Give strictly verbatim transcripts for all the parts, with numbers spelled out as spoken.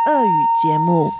俄语节目。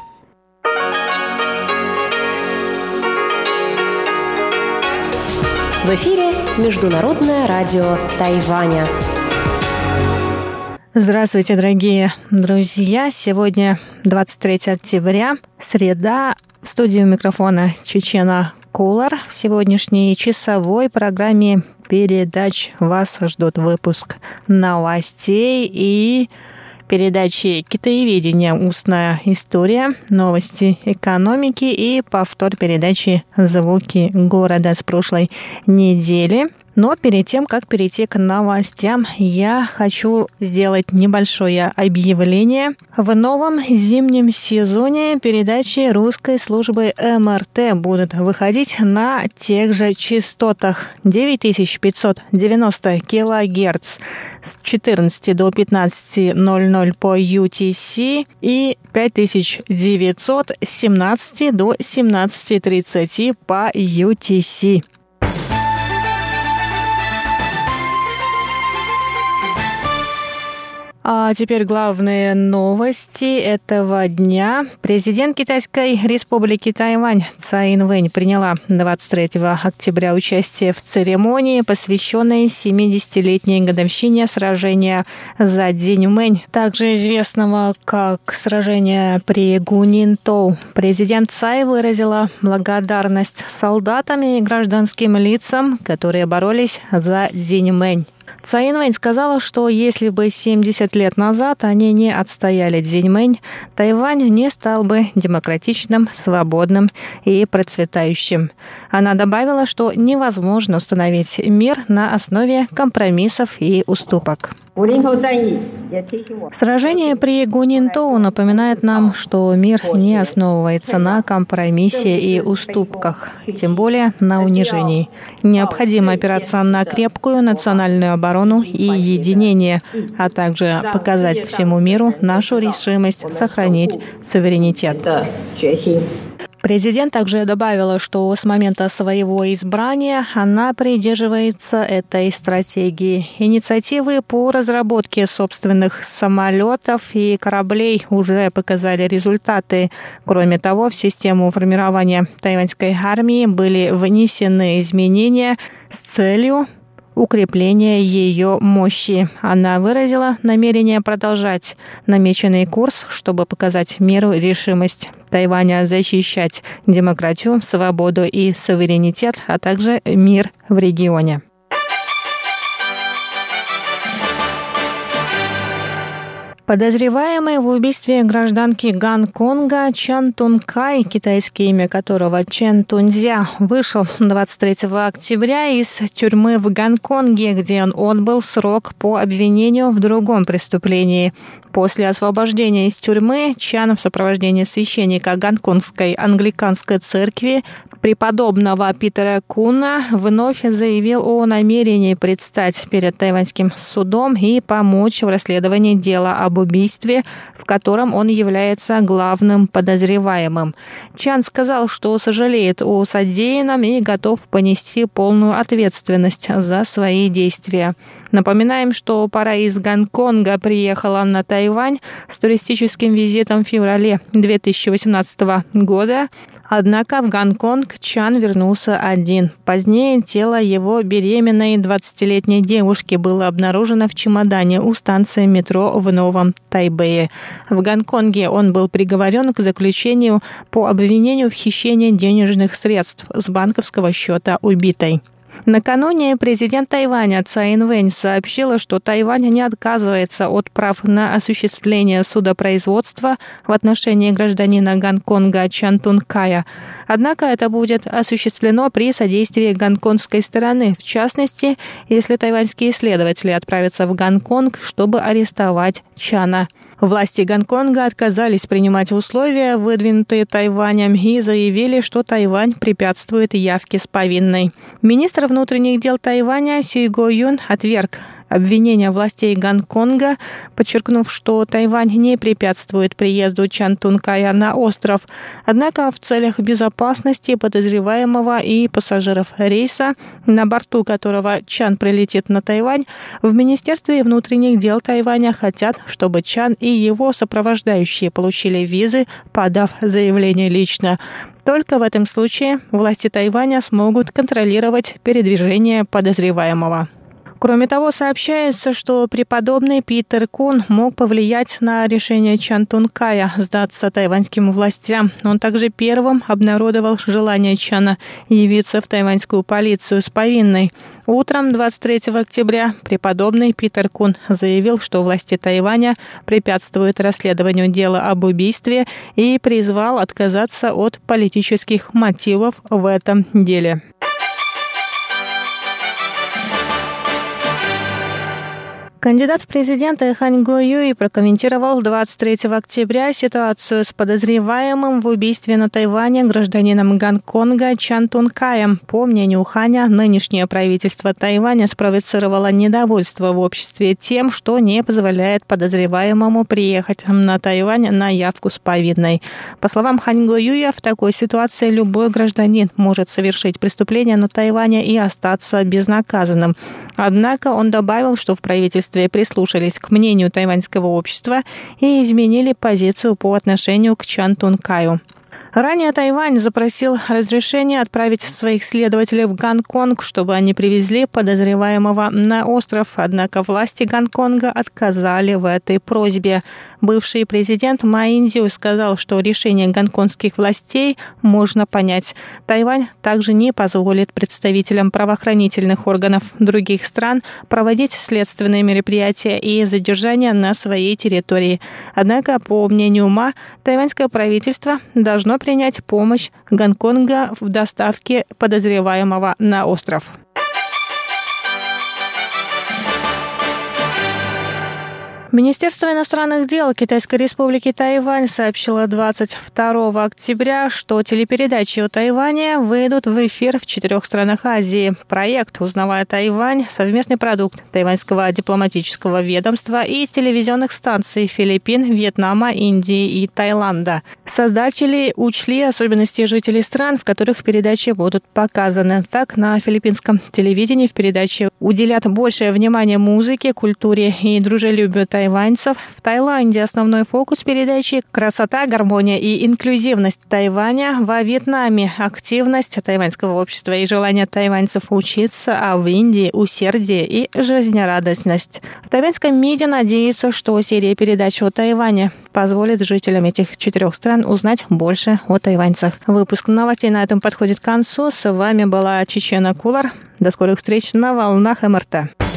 В эфире Международное радио Тайваня. Здравствуйте, дорогие друзья! Сегодня двадцать третьего октября, среда. В студии у микрофона Чечена Кулар. В сегодняшней часовой программе передач вас ждет выпуск новостей и передачи «Китаеведение. Устная история», новости экономики и повтор передачи «Звуки города» с прошлой недели. Но перед тем, как перейти к новостям, я хочу сделать небольшое объявление. В новом зимнем сезоне передачи русской службы эм эр тэ будут выходить на тех же частотах девять тысяч пятьсот девяносто килогерц с четырнадцати до пятнадцати ноль ноль по ю ти си и пять тысяч девятьсот с семнадцати до семнадцати тридцати по ю ти си. А теперь главные новости этого дня. Президент Китайской республики Тайвань Цай Инвэнь приняла двадцать третьего октября участие в церемонии, посвященной семидесятилетней годовщине сражения за Дзиньмэнь, также известного как сражение при Гунинтоу. Президент Цай выразила благодарность солдатам и гражданским лицам, которые боролись за Дзиньмэнь. Цай Инвэнь сказала, что если бы семьдесят лет назад они не отстояли Дзиньмэнь, Тайвань не стал бы демократичным, свободным и процветающим. Она добавила, что невозможно установить мир на основе компромиссов и уступок. Сражение при Гунинтоу напоминает нам, что мир не основывается на компромиссе и уступках, тем более на унижении. Необходимо опираться на крепкую национальную оборону и единение, а также показать всему миру нашу решимость сохранить суверенитет. Президент также добавила, что с момента своего избрания она придерживается этой стратегии. Инициативы по разработке собственных самолетов и кораблей уже показали результаты. Кроме того, в систему формирования тайваньской армии были внесены изменения с целью укрепления ее мощи. Она выразила намерение продолжать намеченный курс, чтобы показать миру решимость Тайваня защищать демократию, свободу и суверенитет, а также мир в регионе. Подозреваемый в убийстве гражданки Гонконга Чан Тун Кай, китайское имя которого Чен Тунцзя, вышел двадцать третьего октября из тюрьмы в Гонконге, где он отбыл срок по обвинению в другом преступлении. После освобождения из тюрьмы Чан в сопровождении священника Гонконгской англиканской церкви преподобного Питера Куна вновь заявил о намерении предстать перед тайваньским судом и помочь в расследовании дела об убийстве, в котором он является главным подозреваемым. Чан сказал, что сожалеет о содеянном и готов понести полную ответственность за свои действия. Напоминаем, что пара из Гонконга приехала на Тайвань с туристическим визитом в феврале две тысячи восемнадцатого года. Однако в Гонконг Чан вернулся один. Позднее тело его беременной двадцатилетней девушки было обнаружено в чемодане у станции метро в Новом Тайбэе. В Гонконге он был приговорен к заключению по обвинению в хищении денежных средств с банковского счета убитой. Накануне президент Тайваня Цай Инвэнь сообщила, что Тайвань не отказывается от прав на осуществление судопроизводства в отношении гражданина Гонконга Чан Тун Кая. Однако это будет осуществлено при содействии гонконгской стороны, в частности, если тайваньские следователи отправятся в Гонконг, чтобы арестовать Чана. Власти Гонконга отказались принимать условия, выдвинутые Тайванем, и заявили, что Тайвань препятствует явке с повинной. Министр внутренних дел Тайваня Сюй Го Юн отверг обвинения властей Гонконга, подчеркнув, что Тайвань не препятствует приезду Чан Тун Кая на остров. Однако в целях безопасности подозреваемого и пассажиров рейса, на борту которого Чан прилетит на Тайвань, в Министерстве внутренних дел Тайваня хотят, чтобы Чан и его сопровождающие получили визы, подав заявление лично. Только в этом случае власти Тайваня смогут контролировать передвижение подозреваемого. Кроме того, сообщается, что преподобный Питер Кун мог повлиять на решение Чан Тун Кая сдаться тайваньским властям. Он также первым обнародовал желание Чана явиться в тайваньскую полицию с повинной. Утром двадцать третьего октября преподобный Питер Кун заявил, что власти Тайваня препятствуют расследованию дела об убийстве и призвал отказаться от политических мотивов в этом деле. Кандидат в президенты Хань Го-юй прокомментировал двадцать третьего октября ситуацию с подозреваемым в убийстве на Тайване гражданином Гонконга Чан Тун Каем. По мнению Ханя, нынешнее правительство Тайваня спровоцировало недовольство в обществе тем, что не позволяет подозреваемому приехать на Тайвань на явку с повинной. По словам Хань Го-юя, в такой ситуации любой гражданин может совершить преступление на Тайване и остаться безнаказанным. Однако он добавил, что в правительстве прислушались к мнению тайваньского общества и изменили позицию по отношению к Чан Тун Каю. Ранее Тайвань запросил разрешение отправить своих следователей в Гонконг, чтобы они привезли подозреваемого на остров. Однако власти Гонконга отказали в этой просьбе. Бывший президент Ма Ин-дзю сказал, что решение гонконгских властей можно понять. Тайвань также не позволит представителям правоохранительных органов других стран проводить следственные мероприятия и задержания на своей территории. Однако, по мнению Ма, тайваньское правительство должно принять помощь Гонконга в доставке подозреваемого на остров. Министерство иностранных дел Китайской республики Тайвань сообщило двадцать второго октября, что телепередачи о Тайване выйдут в эфир в четырех странах Азии. Проект «Узнавая Тайвань» – совместный продукт тайваньского дипломатического ведомства и телевизионных станций Филиппин, Вьетнама, Индии и Таиланда. Создатели учли особенности жителей стран, в которых передачи будут показаны. Так, на филиппинском телевидении в передаче уделят большее внимание музыке, культуре и дружелюбию тайваньцев. Тайваньцев. В Таиланде основной фокус передачи – красота, гармония и инклюзивность Тайваня. Во Вьетнаме – активность тайваньского общества и желание тайваньцев учиться, а в Индии – усердие и жизнерадостность. В тайваньском МИДе надеются, что серия передач о Тайване позволит жителям этих четырех стран узнать больше о тайваньцах. Выпуск новостей на этом подходит к концу. С вами была Чечена Кулар. До скорых встреч на волнах эм эр тэ.